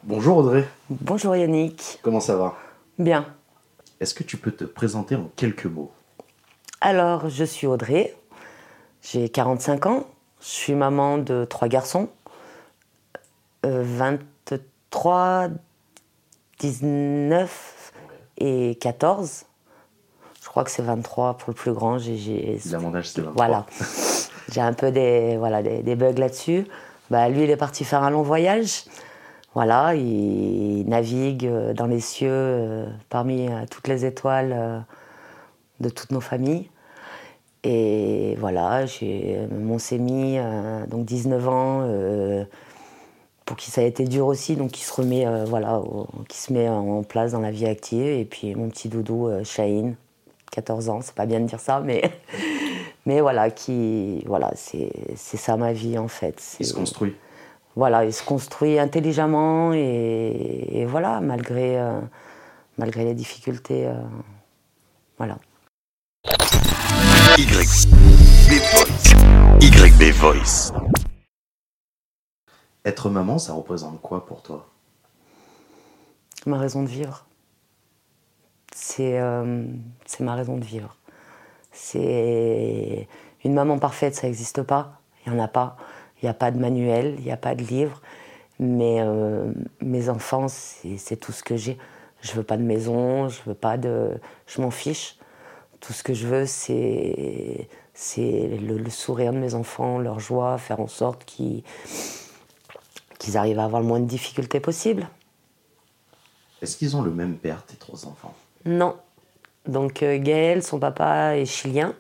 Bonjour Audrey, Bonjour Yannick. comment ça va? Bien. Est-ce que tu peux te présenter en quelques mots? Alors, je suis Audrey, j'ai 45 ans, je suis maman de 3 garçons, 23, 19 et 14. Je crois que c'est 23 pour le plus grand. Là, mon âge, c'était 23. Voilà. J'ai un peu des bugs là-dessus. Lui, il est parti faire un long voyage. Voilà, il navigue dans les cieux parmi toutes les étoiles de toutes nos familles. Et voilà, on s'est mis, donc 19 ans, pour qui ça a été dur aussi, donc qui se remet, qui se met en place dans la vie active. Et puis mon petit doudou, Shaheen, 14 ans, c'est pas bien de dire ça, mais, mais voilà, c'est ça ma vie en fait. Il se construit. Voilà, il se construit intelligemment et voilà, malgré les difficultés, voilà. YB Voice. Être maman, ça représente quoi pour toi? Ma raison de vivre. C'est ma raison de vivre. C'est une maman parfaite, ça n'existe pas. Il n'y en a pas. Il n'y a pas de manuel, il n'y a pas de livre. Mais mes enfants, c'est tout ce que j'ai. Je veux pas de maison, je m'en fiche. Tout ce que je veux, c'est le sourire de mes enfants, leur joie, faire en sorte qu'ils arrivent à avoir le moins de difficultés possible. Est-ce qu'ils ont le même père, tes 3 enfants? Non. Donc Gaël, son papa est chilien.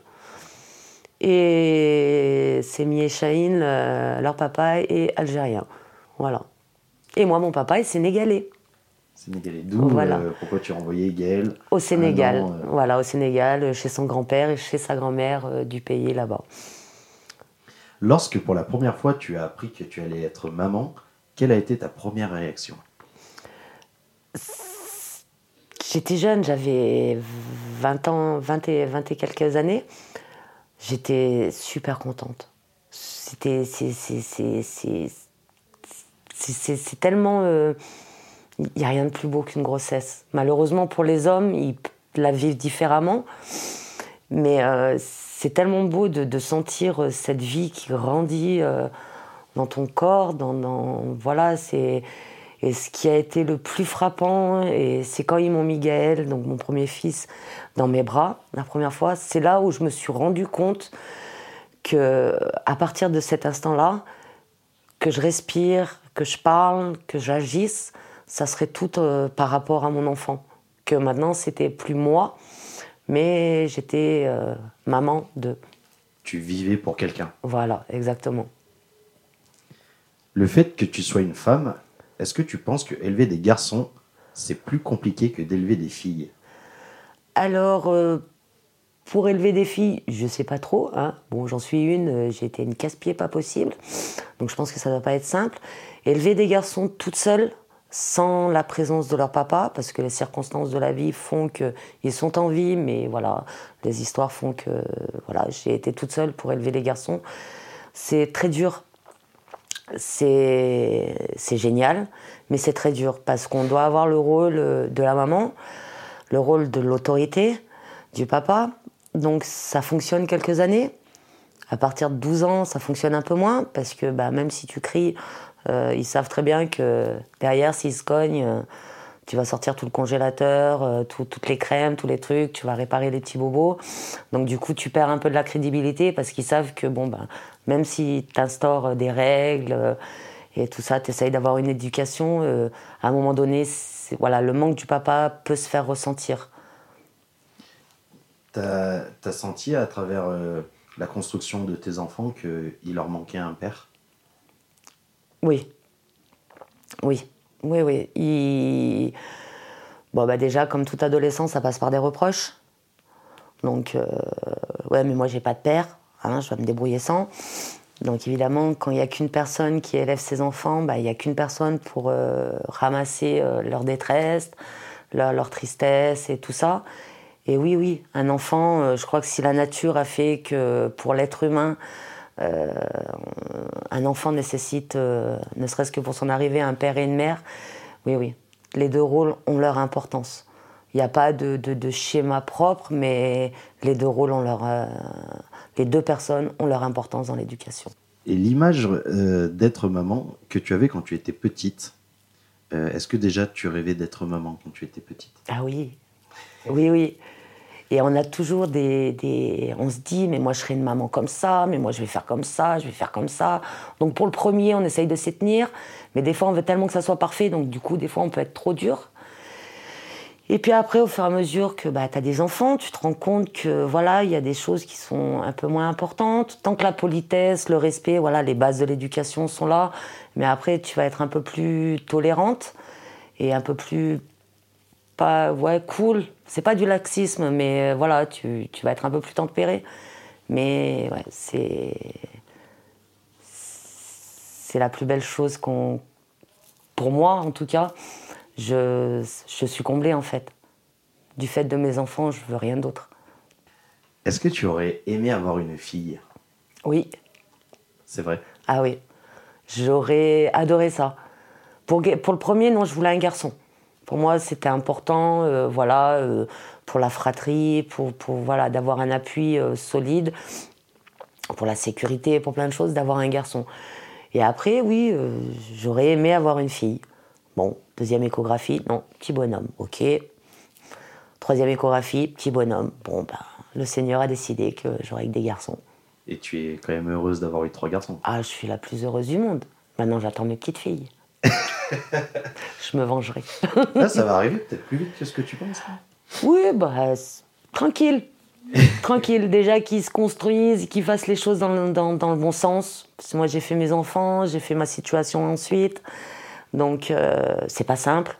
Et Semi et Shaheen, leur papa est algérien. Voilà. Et moi, mon papa est sénégalais. Sénégalais. D'où Voilà. Pourquoi tu as envoyé Gaël Au Sénégal. un an, Voilà, au Sénégal, chez son grand-père et chez sa grand-mère du pays là-bas. Lorsque pour la première fois tu as appris que tu allais être maman, quelle a été ta première réaction? J'étais jeune, j'avais 20 ans, 20 et quelques années. J'étais super contente. C'est tellement... Il n'y a rien de plus beau qu'une grossesse. Malheureusement, pour les hommes, ils la vivent différemment. Mais c'est tellement beau de sentir cette vie qui grandit dans ton corps. Voilà, et ce qui a été le plus frappant, et c'est quand ils m'ont mis Gaël, donc mon premier fils, dans mes bras, la première fois, c'est là où je me suis rendu compte qu'à partir de cet instant-là, que je respire, que je parle, que j'agisse, ça serait tout par rapport à mon enfant. Que maintenant, c'était plus moi, mais j'étais maman de... Tu vivais pour quelqu'un. Voilà, exactement. Le fait que tu sois une femme, est-ce que tu penses que élever des garçons, c'est plus compliqué que d'élever des filles? Alors, pour élever des filles, je sais pas trop. Hein. Bon, j'en suis une, j'ai été une casse-pied pas possible. Donc je pense que ça doit pas être simple. Élever des garçons toute seule, sans la présence de leur papa, parce que les circonstances de la vie font qu'ils sont en vie, mais voilà, les histoires font que voilà, j'ai été toute seule pour élever les garçons. C'est très dur. C'est génial, mais c'est très dur, parce qu'on doit avoir le rôle de la maman, le rôle de l'autorité, du papa. Donc ça fonctionne quelques années. À partir de 12 ans, ça fonctionne un peu moins, parce que même si tu cries, ils savent très bien que derrière, s'ils se cognent, tu vas sortir tout le congélateur, toutes les crèmes, tous les trucs, tu vas réparer les petits bobos. Donc du coup, tu perds un peu de la crédibilité, parce qu'ils savent que même si tu instaures des règles et tout ça, tu essayes d'avoir une éducation, à un moment donné, voilà, le manque du papa peut se faire ressentir. T'as senti à travers la construction de tes enfants qu'il leur manquait un père? Oui. Déjà, comme toute adolescent, ça passe par des reproches. Donc, ouais, mais moi, j'ai pas de père, hein, je dois me débrouiller sans. Donc, évidemment, quand il n'y a qu'une personne qui élève ses enfants, il n'y a qu'une personne pour ramasser leur détresse, leur tristesse et tout ça. Et oui, un enfant, je crois que si la nature a fait que pour l'être humain, un enfant nécessite, ne serait-ce que pour son arrivée, un père et une mère, oui, oui. Les deux rôles ont leur importance. Il n'y a pas de schéma propre, mais les deux rôles ont les deux personnes ont leur importance dans l'éducation. Et l'image d'être maman que tu avais quand tu étais petite, est-ce que déjà tu rêvais d'être maman quand tu étais petite? Ah oui, oui, oui. Et on a toujours on se dit, mais moi je serai une maman comme ça, mais moi je vais faire comme ça, je vais faire comme ça. Donc pour le premier, on essaye de s'y tenir, mais des fois on veut tellement que ça soit parfait, donc du coup des fois on peut être trop dur. Et puis après, au fur et à mesure que tu as des enfants, tu te rends compte que voilà, il y a des choses qui sont un peu moins importantes. Tant que la politesse, le respect, voilà, les bases de l'éducation sont là, mais après tu vas être un peu plus tolérante et un peu plus cool. C'est pas du laxisme, mais voilà, tu vas être un peu plus tempéré. Mais ouais, c'est la plus belle chose pour moi en tout cas. Je suis comblée en fait. Du fait de mes enfants, je veux rien d'autre. Est-ce que tu aurais aimé avoir une fille? Oui. C'est vrai? Ah oui. J'aurais adoré ça. Pour le premier, non, je voulais un garçon. Pour moi, c'était important, pour la fratrie, pour voilà, d'avoir un appui solide, pour la sécurité, pour plein de choses, d'avoir un garçon. Et après, oui, j'aurais aimé avoir une fille. Bon, deuxième échographie, non, petit bonhomme, ok. Troisième échographie, petit bonhomme. Bon, le Seigneur a décidé que j'aurais que des garçons. Et tu es quand même heureuse d'avoir eu 3 garçons? Ah, je suis la plus heureuse du monde. Maintenant, j'attends mes petites filles. Je me vengerai. Là, ça va arriver peut-être plus vite que ce que tu penses. Hein. Oui, tranquille. Tranquille, déjà qu'ils se construisent, qu'ils fassent les choses dans le bon sens. Parce que moi, j'ai fait mes enfants, j'ai fait ma situation ensuite. Donc, c'est pas simple.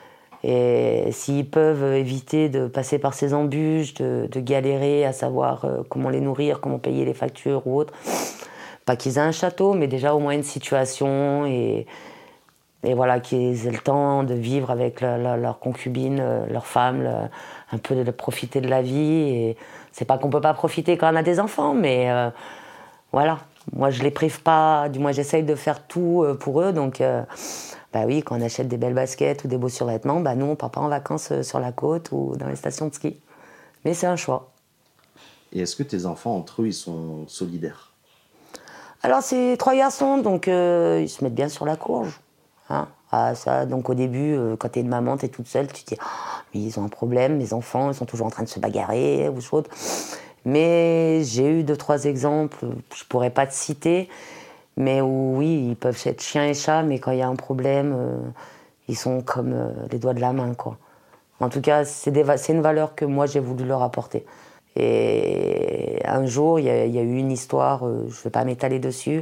Et s'ils peuvent éviter de passer par ces embûches, de galérer à savoir comment les nourrir, comment payer les factures ou autre, pas qu'ils aient un château, mais déjà au moins une situation et voilà, qu'ils aient le temps de vivre avec leur concubine, leur femme, un peu de profiter de la vie. Et c'est pas qu'on peut pas profiter quand on a des enfants, mais voilà. Moi, je les prive pas, du moins j'essaye de faire tout pour eux, donc oui, quand on achète des belles baskets ou des beaux survêtements, nous on part pas en vacances sur la côte ou dans les stations de ski. Mais c'est un choix. Et est-ce que tes enfants, entre eux, ils sont solidaires? Alors c'est 3 garçons, donc ils se mettent bien sur la courge. Hein. Ça, donc au début, quand t'es une maman, t'es toute seule, tu te dis mais ils ont un problème, mes enfants, ils sont toujours en train de se bagarrer ou chose. Mais j'ai eu 2-3 exemples, je pourrais pas te citer, mais où oui, ils peuvent être chiens et chats, mais quand il y a un problème, ils sont comme les doigts de la main, quoi. En tout cas, c'est une valeur que moi j'ai voulu leur apporter. Et un jour, il y a eu une histoire, je ne vais pas m'étaler dessus,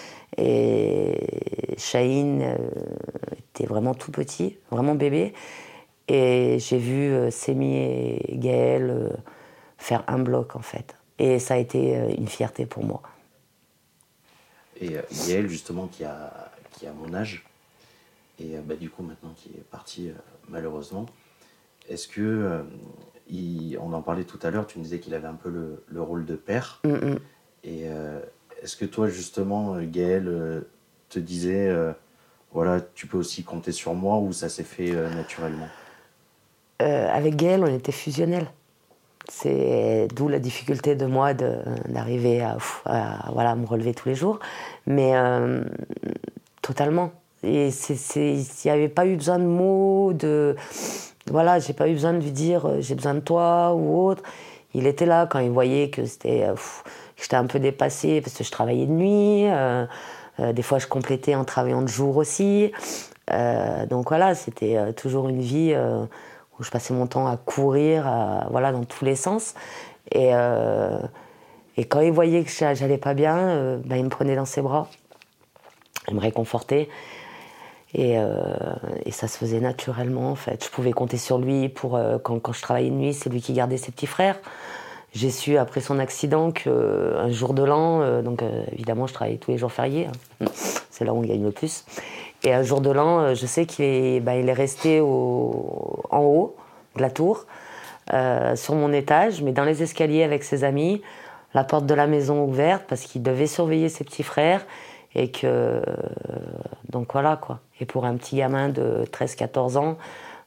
et Chahine était vraiment tout petit, vraiment bébé, et j'ai vu Sémi et Gaël faire un bloc en fait. Et ça a été une fierté pour moi. Et Gaël, justement, qui a mon âge, et du coup maintenant qui est parti malheureusement, est-ce que, on en parlait tout à l'heure, tu me disais qu'il avait un peu le rôle de père, et est-ce que toi justement, Gaël, te disait, voilà, tu peux aussi compter sur moi, ou ça s'est fait naturellement? Avec Gaël, on était fusionnels. C'est d'où la difficulté de moi d'arriver à me relever tous les jours. Mais totalement. Et il n'y avait pas eu besoin de mots, voilà, j'ai pas eu besoin de lui dire j'ai besoin de toi ou autre. Il était là quand il voyait que j'étais un peu dépassée parce que je travaillais de nuit. Des fois, je complétais en travaillant de jour aussi. Donc voilà, c'était toujours une vie où je passais mon temps à courir, dans tous les sens. Et quand il voyait que j'allais pas bien, il me prenait dans ses bras. Il me réconfortait. Et ça se faisait naturellement, en fait. Je pouvais compter sur lui pour quand je travaillais de nuit, c'est lui qui gardait ses petits frères. J'ai su, après son accident, qu'un jour de l'an, évidemment, je travaillais tous les jours fériés. Hein. C'est là où on gagne le plus. Et un jour de l'an, je sais qu'il est resté en haut de la tour, sur mon étage, mais dans les escaliers avec ses amis, la porte de la maison ouverte, parce qu'il devait surveiller ses petits frères. Et que... donc voilà, quoi. Et pour un petit gamin de 13-14 ans,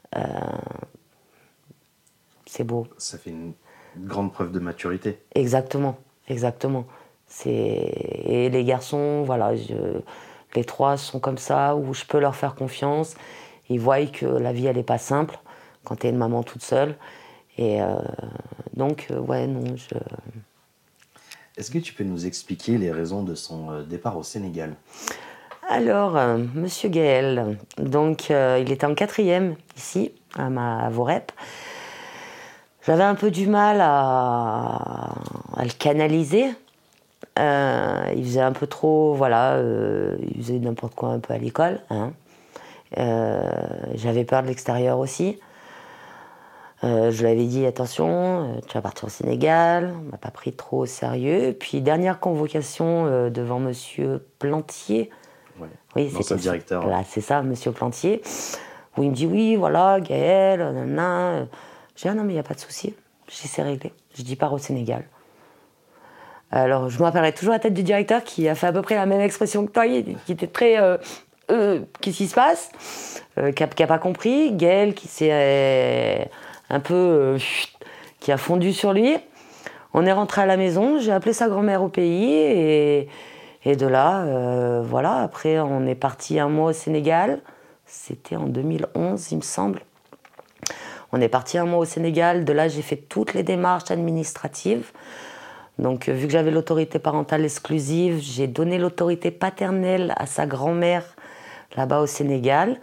c'est beau. Ça fait une grande preuve de maturité. Exactement. Et les garçons, voilà, les trois sont comme ça, où je peux leur faire confiance. Ils voient que la vie, elle n'est pas simple quand tu es une maman toute seule. Et ouais, non, Est-ce que tu peux nous expliquer les raisons de son départ au Sénégal? Alors, Monsieur Gaël, donc il était en 4e ici, à Vorep. J'avais un peu du mal à le canaliser. Il faisait un peu trop, voilà, il faisait n'importe quoi un peu à l'école. Hein. J'avais peur de l'extérieur aussi. Je lui avais dit attention, tu vas partir au Sénégal. On m'a pas pris trop au sérieux. Puis dernière convocation devant Monsieur Plantier. Ouais. Oui, c'était le directeur. Voilà, c'est ça, Monsieur Plantier. Où il me dit oui, voilà, Gaël, nanana. Je dis ah non mais il y a pas de souci. Je dis c'est réglé. Je dis pars au Sénégal. Alors je me rappellerai toujours la tête du directeur qui a fait à peu près la même expression que toi, qui était très qu'est-ce qui se passe, qui a pas compris. Gaël qui s'est un peu qui a fondu sur lui. On est rentré à la maison, j'ai appelé sa grand-mère au pays et de là, voilà, après on est parti un mois au Sénégal, c'était en 2011 il me semble. On est parti un mois au Sénégal, de là j'ai fait toutes les démarches administratives. Donc vu que j'avais l'autorité parentale exclusive, j'ai donné l'autorité paternelle à sa grand-mère là-bas au Sénégal.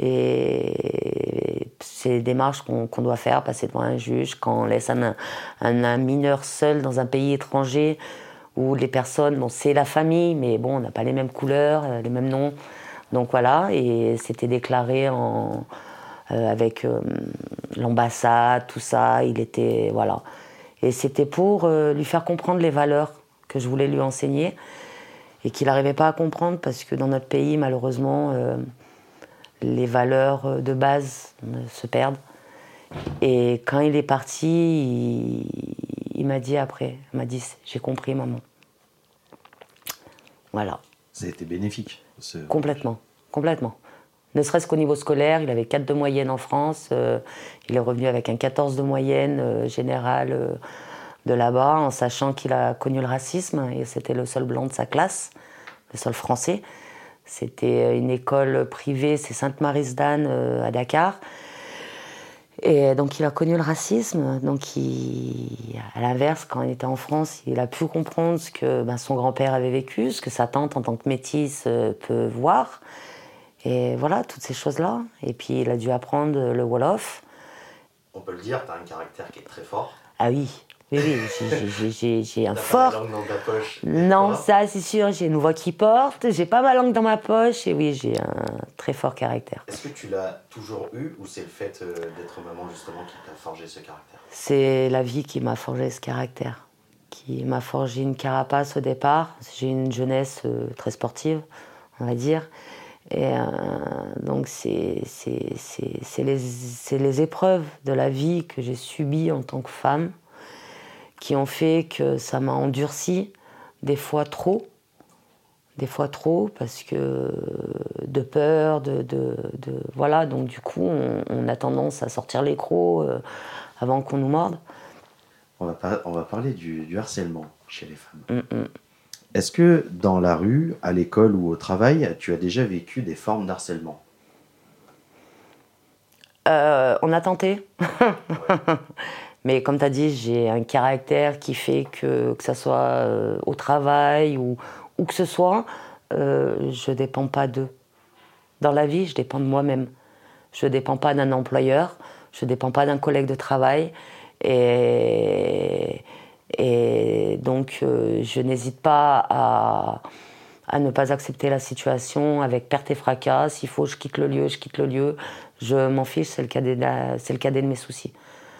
Et c'est des démarches qu'on doit faire, passer devant un juge quand on laisse un mineur seul dans un pays étranger où les personnes, bon c'est la famille, mais bon on n'a pas les mêmes couleurs, les mêmes noms. Donc voilà, et c'était déclaré avec l'ambassade, tout ça, il était, voilà. Et c'était pour lui faire comprendre les valeurs que je voulais lui enseigner et qu'il n'arrivait pas à comprendre parce que dans notre pays, malheureusement, les valeurs de base se perdent. Et quand il est parti, il m'a dit après, il m'a dit « j'ai compris maman ». Voilà. Ça a été bénéfique. Complètement. Ne serait-ce qu'au niveau scolaire, il avait 4 de moyenne en France, il est revenu avec un 14 de moyenne générale de là-bas, en sachant qu'il a connu le racisme, et c'était le seul blanc de sa classe, le seul français. C'était une école privée, c'est Sainte-Marie-d'Anne à Dakar. Et donc il a connu le racisme, donc à l'inverse, quand il était en France, il a pu comprendre ce que son grand-père avait vécu, ce que sa tante en tant que métisse peut voir. Et voilà, toutes ces choses-là. Et puis il a dû apprendre le Wolof. On peut le dire, tu as un caractère qui est très fort. Ah oui, j'ai un T'as fort... pas la langue dans ta poche. Non, ça c'est sûr, j'ai une voix qui porte, j'ai pas ma langue dans ma poche, et oui, j'ai un très fort caractère. Est-ce que tu l'as toujours eu, ou c'est le fait d'être maman justement qui t'a forgé ce caractère? C'est la vie qui m'a forgé ce caractère, qui m'a forgé une carapace au départ. J'ai une jeunesse très sportive, on va dire. Et donc c'est les épreuves de la vie que j'ai subies en tant que femme qui ont fait que ça m'a endurci, des fois trop, parce que de peur, voilà, donc du coup on a tendance à sortir les crocs avant qu'on nous morde. On va parler du harcèlement chez les femmes. Est-ce que dans la rue, à l'école ou au travail, tu as déjà vécu des formes d'harcèlement? On a tenté. Ouais. Mais comme tu as dit, j'ai un caractère qui fait que ça soit au travail ou que ce soit, je ne dépends pas d'eux. Dans la vie, je dépends de moi-même. Je ne dépends pas d'un employeur, je ne dépends pas d'un collègue de travail. Et donc, je n'hésite pas à ne pas accepter la situation avec perte et fracas. S'il faut, je quitte le lieu, je quitte le lieu. Je m'en fiche, c'est le cadet de mes soucis.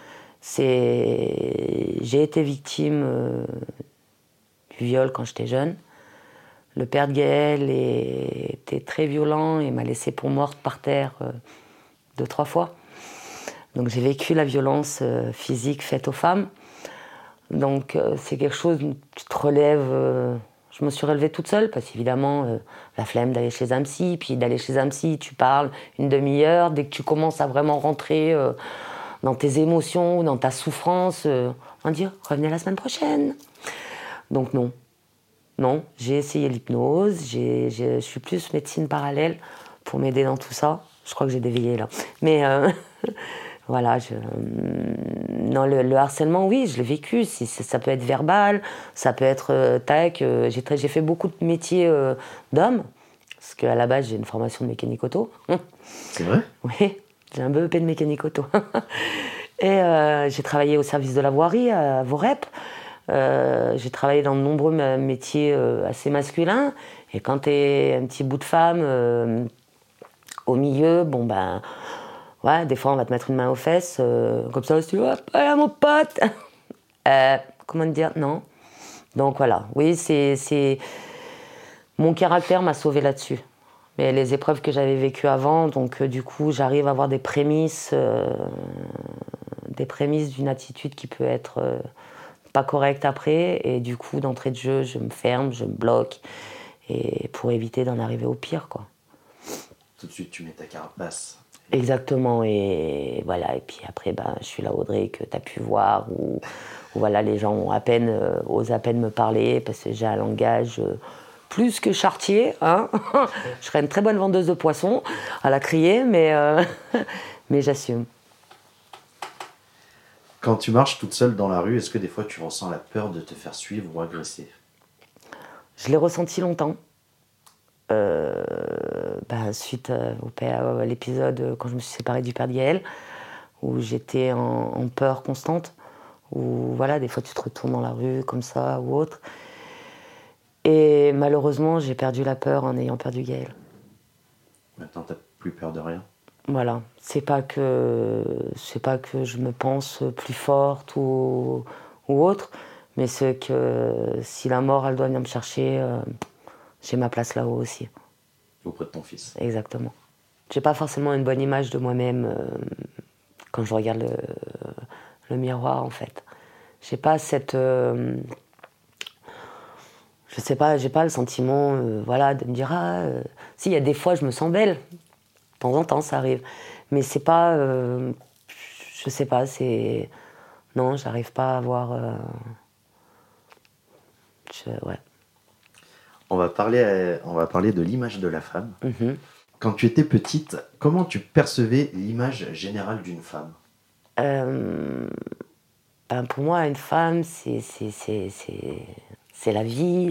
J'ai été victime du viol quand j'étais jeune. Le père de Gaël était très violent et m'a laissée pour morte par terre 2-3 fois. Donc j'ai vécu la violence physique faite aux femmes. Donc c'est quelque chose que tu te relèves, Je me suis relevée toute seule parce qu'évidemment, la flemme d'aller chez un psy, puis d'aller chez un psy, tu parles une demi-heure. Dès que tu commences à vraiment rentrer dans tes émotions, dans ta souffrance, on dit revenez la semaine prochaine. Donc non. Non, j'ai essayé l'hypnose, je suis plus médecine parallèle pour m'aider dans tout ça. Je crois que j'ai dévié là. Mais voilà, non, le harcèlement, oui, je l'ai vécu. Ça peut être verbal, ça peut être tac. J'ai fait beaucoup de métiers d'hommes, parce qu'à la base, j'ai une formation de mécanique auto. C'est vrai? Oui, j'ai un BEP de mécanique auto. Et j'ai travaillé au service de la voirie à Vorep. J'ai travaillé dans de nombreux métiers assez masculins. Et quand t'es un petit bout de femme au milieu, bon ben, ouais, des fois on va te mettre une main aux fesses, comme ça, si tu veux, voilà mon pote. Comment te dire, non. Donc voilà, oui, c'est mon caractère m'a sauvé là-dessus. Mais les épreuves que j'avais vécues avant, donc du coup, j'arrive à avoir des prémices d'une attitude qui peut être pas correcte après, et du coup, d'entrée de jeu, je me ferme, je me bloque, et pour éviter d'en arriver au pire, quoi. Tout de suite, tu mets ta carapace. Exactement, et voilà, et puis après, ben, je suis la Audrey que tu as pu voir, où voilà, les gens osent à peine me parler, parce que j'ai un langage plus que chartier, hein. Je serais une très bonne vendeuse de poissons, à la crier, mais j'assume. Quand tu marches toute seule dans la rue, est-ce que des fois tu ressens la peur de te faire suivre ou agresser? Je l'ai ressenti longtemps. Suite à l'épisode quand je me suis séparée du père de Gaël, où j'étais en peur constante, où voilà, des fois tu te retournes dans la rue comme ça ou autre. Et malheureusement, j'ai perdu la peur en ayant perdu Gaël. Maintenant, t'as plus peur de rien? Voilà, c'est pas que je me pense plus forte ou autre, mais c'est que si la mort elle doit venir me chercher, j'ai ma place là-haut aussi. Auprès de ton fils. Exactement. J'ai pas forcément une bonne image de moi-même quand je regarde le miroir, en fait. J'ai pas cette... je sais pas, j'ai pas le sentiment voilà, de me dire si, il y a des fois je me sens belle. De temps en temps, ça arrive. Mais c'est pas... je sais pas, c'est... Non, j'arrive pas à avoir... ouais. On va parler de l'image de la femme. Mm-hmm. Quand tu étais petite, comment tu percevais l'image générale d'une femme? Pour moi, une femme, c'est la vie,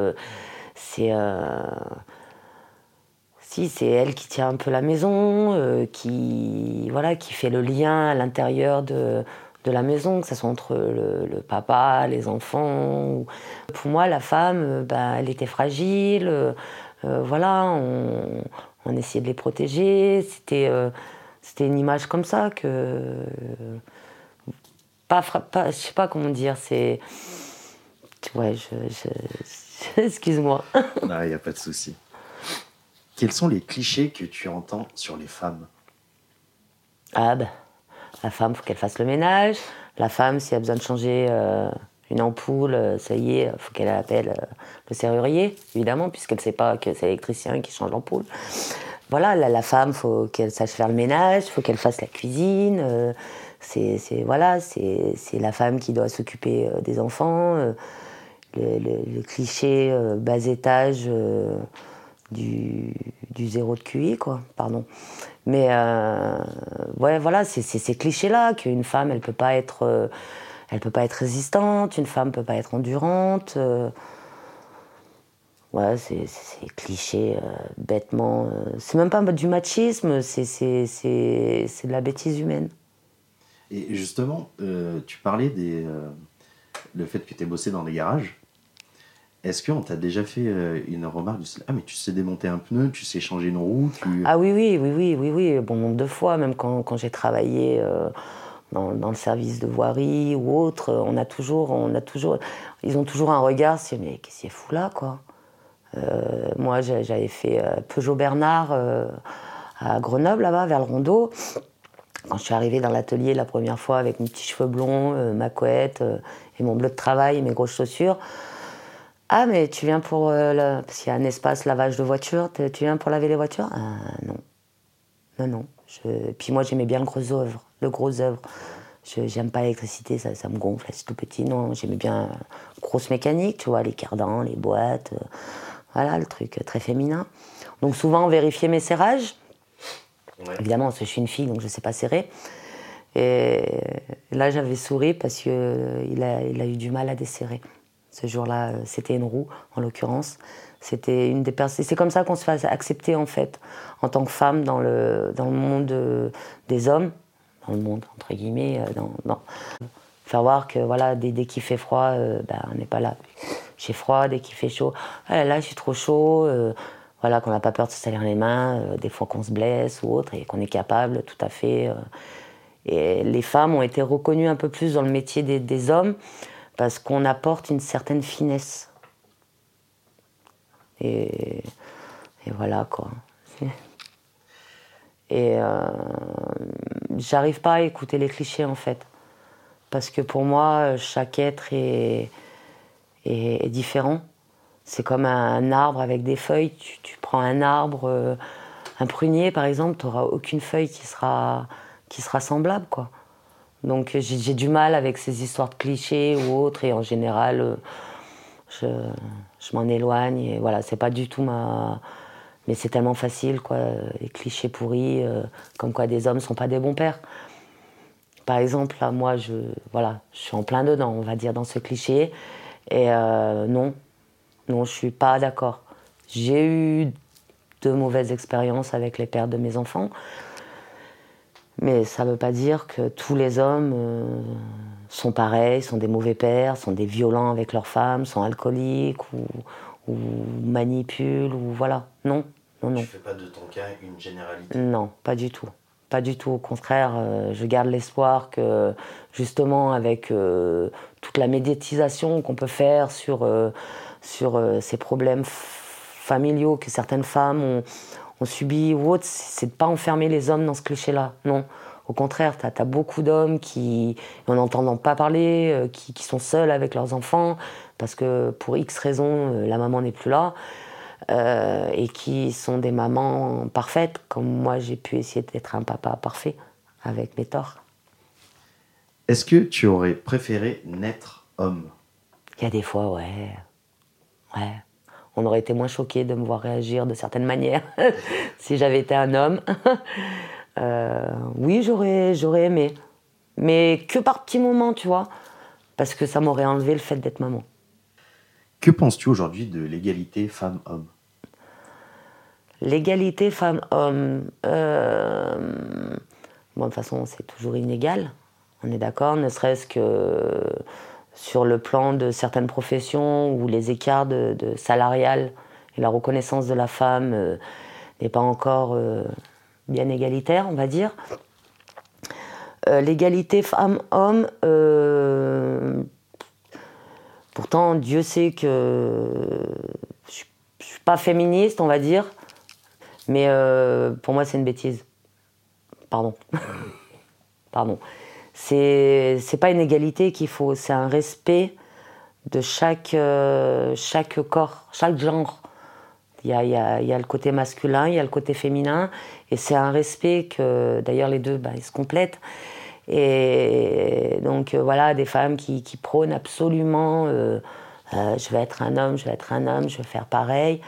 c'est elle qui tient un peu la maison, qui fait le lien à l'intérieur de la maison, que ce soit entre le papa, les enfants. Pour moi, la femme, elle était fragile, voilà, on essayait de les protéger, c'était une image comme ça que... je sais pas comment dire, c'est... Ouais, excuse-moi. Non, il n'y a pas de souci. Quels sont les clichés que tu entends sur les femmes? La femme, faut qu'elle fasse le ménage. La femme, si elle a besoin de changer une ampoule, ça y est, faut qu'elle appelle le serrurier, évidemment, puisqu'elle ne sait pas que c'est l'électricien qui change l'ampoule. Voilà, la femme, faut qu'elle sache faire le ménage, faut qu'elle fasse la cuisine. C'est la femme qui doit s'occuper des enfants. Le cliché bas étage du zéro de QI, quoi, pardon. Mais ouais, voilà, c'est ces clichés-là qu'une femme, elle peut pas être résistante, une femme peut pas être endurante. Ouais, c'est cliché, bêtement. C'est même pas du machisme, c'est de la bêtise humaine. Et justement, tu parlais le fait que tu aies bossé dans des garages. Est-ce qu'on t'a déjà fait une remarque du style, ah, mais tu sais démonter un pneu, tu sais changer une roue Ah oui, bon nombre de fois, même quand j'ai travaillé dans le service de voirie ou autre, ils ont toujours un regard, c'est mais qu'est-ce qu'il fout là, quoi. Moi, j'avais fait Peugeot Bernard à Grenoble, là-bas, vers le Rondeau. Quand je suis arrivée dans l'atelier la première fois avec mes petits cheveux blonds, ma couette et mon bleu de travail, mes grosses chaussures, Ah, mais tu viens pour... Parce qu'il y a un espace lavage de voitures, tu viens pour laver les voitures? Non. Non. Puis moi, j'aimais bien le gros œuvre. J'aime pas l'électricité, ça me gonfle, c'est tout petit. Non, j'aimais bien grosse mécanique, tu vois, les cardans, les boîtes. Voilà, le truc très féminin. Donc souvent, vérifier mes serrages. Ouais. Évidemment, parce que je suis une fille, donc je sais pas serrer. Et là, j'avais souri parce qu'il a eu du mal à desserrer. Ce jour-là, c'était une roue, en l'occurrence. C'était une des personnes. C'est comme ça qu'on se fait accepter, en fait, en tant que femme dans le monde des hommes. Dans le monde, entre guillemets. Faire voir que, voilà, dès qu'il fait froid, on n'est pas là. J'ai froid, dès qu'il fait chaud. Ah là, je suis trop chaud. Voilà, qu'on n'a pas peur de se salir les mains, des fois qu'on se blesse ou autre, et qu'on est capable, tout à fait. Et les femmes ont été reconnues un peu plus dans le métier des hommes parce qu'on apporte une certaine finesse. Et voilà, quoi. Et j'arrive pas à écouter les clichés, en fait. Parce que pour moi, chaque être est différent. C'est comme un arbre avec des feuilles. Tu prends un arbre, un prunier, par exemple, tu n'auras aucune feuille qui sera semblable, quoi. Donc j'ai du mal avec ces histoires de clichés ou autres, et en général, je m'en éloigne. Et voilà, c'est pas du tout ma... Mais c'est tellement facile, quoi, les clichés pourris, comme quoi des hommes sont pas des bons pères. Par exemple, là, moi, je suis en plein dedans, on va dire, dans ce cliché. Et non, je suis pas d'accord. J'ai eu de mauvaises expériences avec les pères de mes enfants. Mais ça ne veut pas dire que tous les hommes sont pareils, sont des mauvais pères, sont des violents avec leurs femmes, sont alcooliques ou manipulent, ou voilà. Non. Tu ne fais pas de ton cas une généralité? Non, pas du tout. Pas du tout. Au contraire, je garde l'espoir que, justement, avec toute la médiatisation qu'on peut faire sur ces problèmes familiaux que certaines femmes ont subis ou autres, c'est de ne pas enfermer les hommes dans ce cliché-là. Non. Au contraire, tu as beaucoup d'hommes qui, en n'entendant pas parler, qui sont seuls avec leurs enfants, parce que pour X raisons, la maman n'est plus là, et qui sont des mamans parfaites, comme moi j'ai pu essayer d'être un papa parfait, avec mes torts. Est-ce que tu aurais préféré naître homme? Il y a des fois, ouais. On aurait été moins choqués de me voir réagir de certaines manières si j'avais été un homme. Oui, j'aurais aimé. Mais que par petits moments, tu vois. Parce que ça m'aurait enlevé le fait d'être maman. Que penses-tu aujourd'hui de l'égalité femmes-hommes? L'égalité femmes-hommes... Bon, de toute façon, c'est toujours inégal. On est d'accord, ne serait-ce que sur le plan de certaines professions où les écarts de salarial et la reconnaissance de la femme n'est pas encore bien égalitaire, on va dire. L'égalité femmes-hommes, pourtant Dieu sait que je ne suis pas féministe, on va dire, mais pour moi c'est une bêtise. Pardon. C'est pas une égalité qu'il faut, c'est un respect de chaque corps, chaque genre. Il y a le côté masculin, il y a le côté féminin, et c'est un respect que, d'ailleurs, les deux, ils se complètent. Et donc, voilà, des femmes qui prônent absolument je vais être un homme, je vais faire pareil.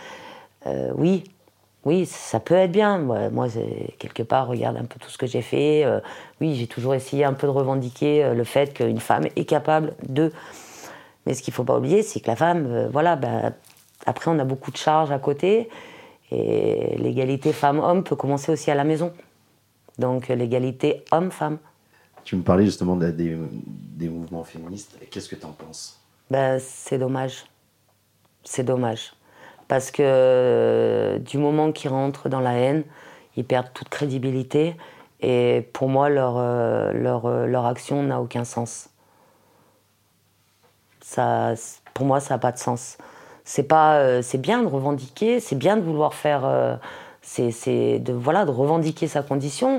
Oui, ça peut être bien. Moi, quelque part, regarde un peu tout ce que j'ai fait. Oui, j'ai toujours essayé un peu de revendiquer le fait qu'une femme est capable de... Mais ce qu'il ne faut pas oublier, c'est que la femme, après, on a beaucoup de charges à côté. Et l'égalité femmes-hommes peut commencer aussi à la maison. Donc, l'égalité homme-femme. Tu me parlais justement des mouvements féministes. Qu'est-ce que tu en penses? C'est dommage. C'est dommage. Parce que du moment qu'ils rentrent dans la haine, ils perdent toute crédibilité. Et pour moi, leur action n'a aucun sens. Pour moi, ça n'a pas de sens. C'est bien de revendiquer, c'est bien de vouloir faire... de revendiquer sa condition.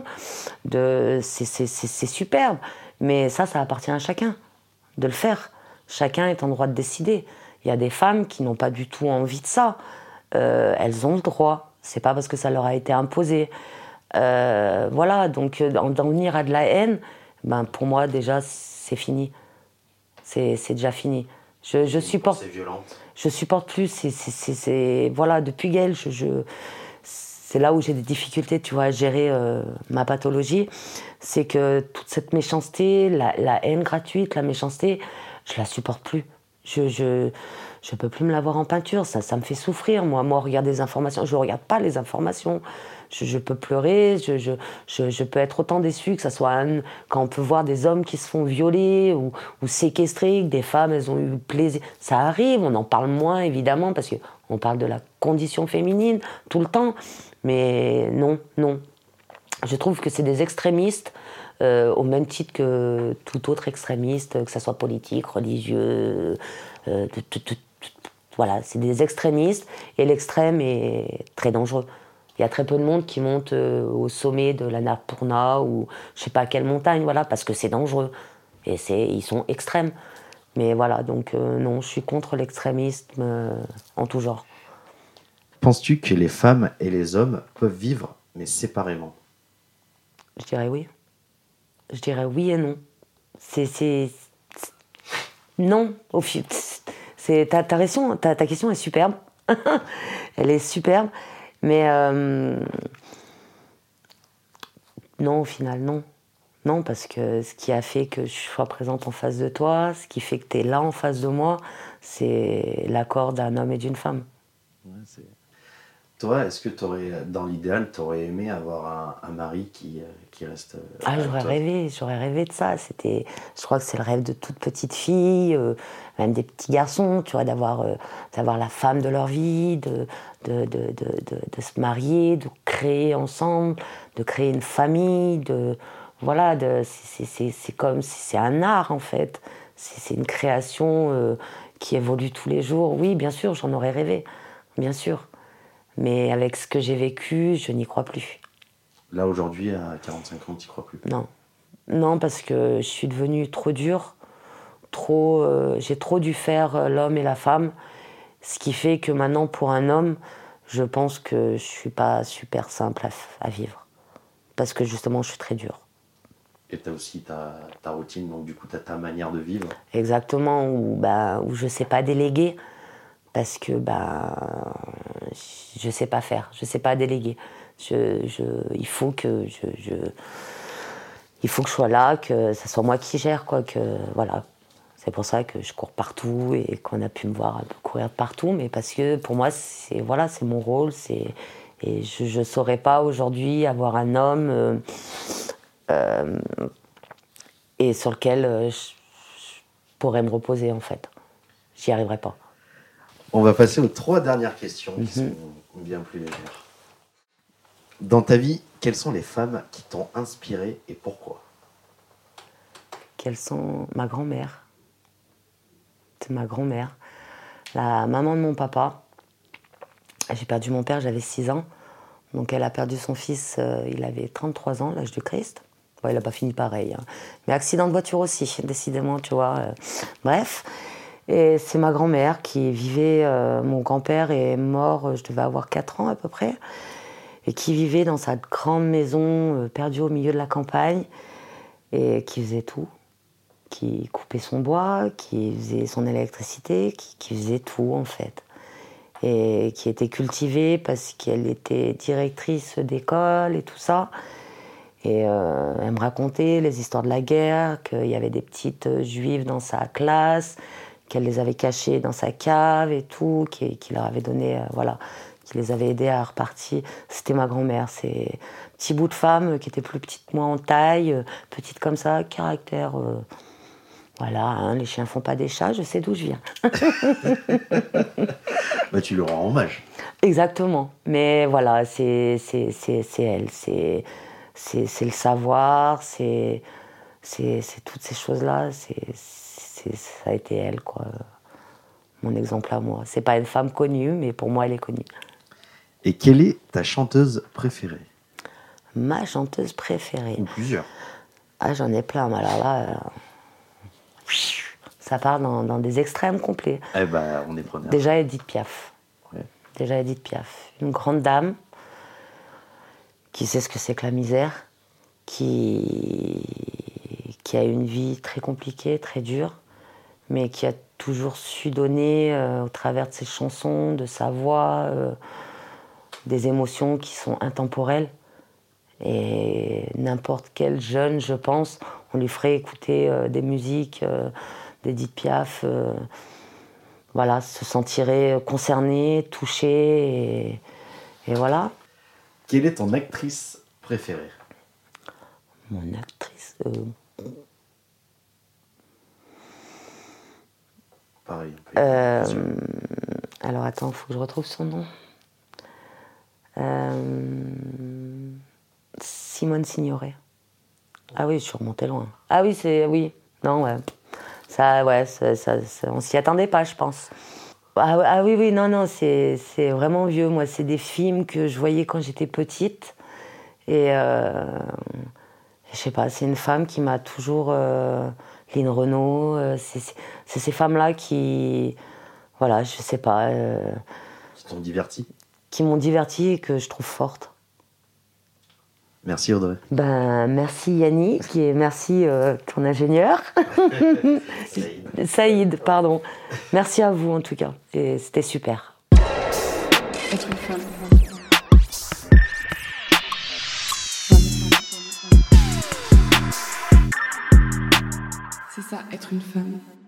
C'est superbe. Mais ça appartient à chacun de le faire. Chacun est en droit de décider. Il y a des femmes qui n'ont pas du tout envie de ça. Elles ont le droit. C'est pas parce que ça leur a été imposé. Voilà, donc d'en venir à de la haine, pour moi déjà c'est fini. C'est déjà fini. Je supporte. C'est violent. Je supporte plus. Voilà, depuis Gaël, c'est là où j'ai des difficultés, tu vois, à gérer ma pathologie. C'est que toute cette méchanceté, la haine gratuite, la méchanceté, je la supporte plus. Je peux plus me la voir en peinture. Ça me fait souffrir. Moi, regarder des informations, je regarde pas les informations. Je peux pleurer, je peux être autant déçue que ça soit quand on peut voir des hommes qui se font violer ou séquestrer, que des femmes, elles ont eu plaisir. Ça arrive, on en parle moins évidemment parce qu'on parle de la condition féminine tout le temps. Mais non. Je trouve que c'est des extrémistes au même titre que tout autre extrémiste, que ce soit politique, religieux, voilà, c'est des extrémistes et l'extrême est très dangereux. Il y a très peu de monde qui monte au sommet de l'Annapurna ou je sais pas quelle montagne, voilà, parce que c'est dangereux. Et ils sont extrêmes. Mais voilà, donc non, je suis contre l'extrémisme en tout genre. Penses-tu que les femmes et les hommes peuvent vivre, mais séparément? Je dirais oui. Je dirais oui et non. Non, au fil. Ta question est superbe. Elle est superbe. Mais non, au final, non. Non, parce que ce qui a fait que je sois présente en face de toi, ce qui fait que tu es là en face de moi, c'est l'accord d'un homme et d'une femme. Ouais, toi, est-ce que dans l'idéal, tu aurais aimé avoir un mari qui reste J'aurais rêvé de ça. Je crois que c'est le rêve de toute petite fille, même des petits garçons, tu vois, d'avoir la femme de leur vie, de se marier, de créer ensemble, de créer une famille, voilà, c'est un art en fait. C'est une création qui évolue tous les jours. Oui, bien sûr, j'en aurais rêvé, bien sûr. Mais avec ce que j'ai vécu, je n'y crois plus. Là, aujourd'hui, à 45 ans, tu n'y crois plus? Non, parce que je suis devenue trop dure. J'ai trop dû faire l'homme et la femme. Ce qui fait que maintenant, pour un homme, je pense que je ne suis pas super simple à vivre. Parce que justement, je suis très dure. Et tu as aussi ta routine, donc du coup, tu as ta manière de vivre. Exactement, où je ne sais pas déléguer. Parce que je sais pas faire, je sais pas déléguer. Il faut que je sois là, que ce soit moi qui gère, quoi. Voilà. C'est pour ça que je cours partout et qu'on a pu me voir un peu courir partout, mais parce que pour moi c'est mon rôle, et je saurais pas aujourd'hui avoir un homme et sur lequel je pourrais me reposer en fait. J'y arriverais pas. On va passer aux 3 dernières questions qui sont bien plus légères. Dans ta vie, quelles sont les femmes qui t'ont inspiré et pourquoi? Quelles sont ma grand-mère? C'est ma grand-mère, la maman de mon papa. J'ai perdu mon père, j'avais 6 ans. Donc elle a perdu son fils, il avait 33 ans, l'âge du Christ. Bon, il n'a pas fini pareil. Hein. Mais accident de voiture aussi, décidément, tu vois. Bref. Et c'est ma grand-mère qui vivait, mon grand-père est mort, je devais avoir 4 ans à peu près, et qui vivait dans sa grande maison perdue au milieu de la campagne, et qui faisait tout, qui coupait son bois, qui faisait son électricité, qui faisait tout en fait. Et qui était cultivée parce qu'elle était directrice d'école et tout ça. Et elle me racontait les histoires de la guerre, qu'il y avait des petites juives dans sa classe, qu'elle les avait cachées dans sa cave et tout, qui leur avait donné, voilà, qui les avait aidés à repartir. C'était ma grand-mère, c'est un petit bout de femme qui était plus petite que moi en taille, petite comme ça, caractère, voilà, hein, les chiens font pas des chats, je sais d'où je viens. Tu lui rends hommage. Exactement, mais voilà, c'est elle, c'est le savoir, c'est toutes ces choses-là, ça a été elle, quoi. Mon exemple à moi. C'est pas une femme connue, mais pour moi, elle est connue. Et quelle est ta chanteuse préférée? Ma chanteuse préférée? Ou plusieurs. Ah, j'en ai plein, mais alors là... Ça part dans des extrêmes complets. Eh ben, on est preneur. Déjà Edith Piaf. Ouais. Déjà Edith Piaf. Une grande dame qui sait ce que c'est que la misère, qui a une vie très compliquée, très dure, mais qui a toujours su donner, au travers de ses chansons, de sa voix, des émotions qui sont intemporelles. Et n'importe quel jeune, je pense, on lui ferait écouter des musiques d'Edith Piaf, voilà, se sentirait concerné, touché, et voilà. Quelle est ton actrice préférée? Mon actrice... Pareil. On peut alors attends, il faut que je retrouve son nom. Simone Signoret. Ah oui, je suis remontée loin. Ah oui, oui. Non, ouais. Ça, on s'y attendait pas, je pense. Ah oui, non, c'est vraiment vieux. Moi, c'est des films que je voyais quand j'étais petite. Et je sais pas, c'est une femme qui m'a toujours... Lynn Renaud, c'est ces femmes-là qui... Voilà, je sais pas... qui t'ont diverti? Qui m'ont divertie et que je trouve forte. Merci Audrey. Ben, merci Yannick et merci ton ingénieur. Saïd, pardon. Merci à vous en tout cas. Et c'était super. Être une femme. C'est ça, être une femme.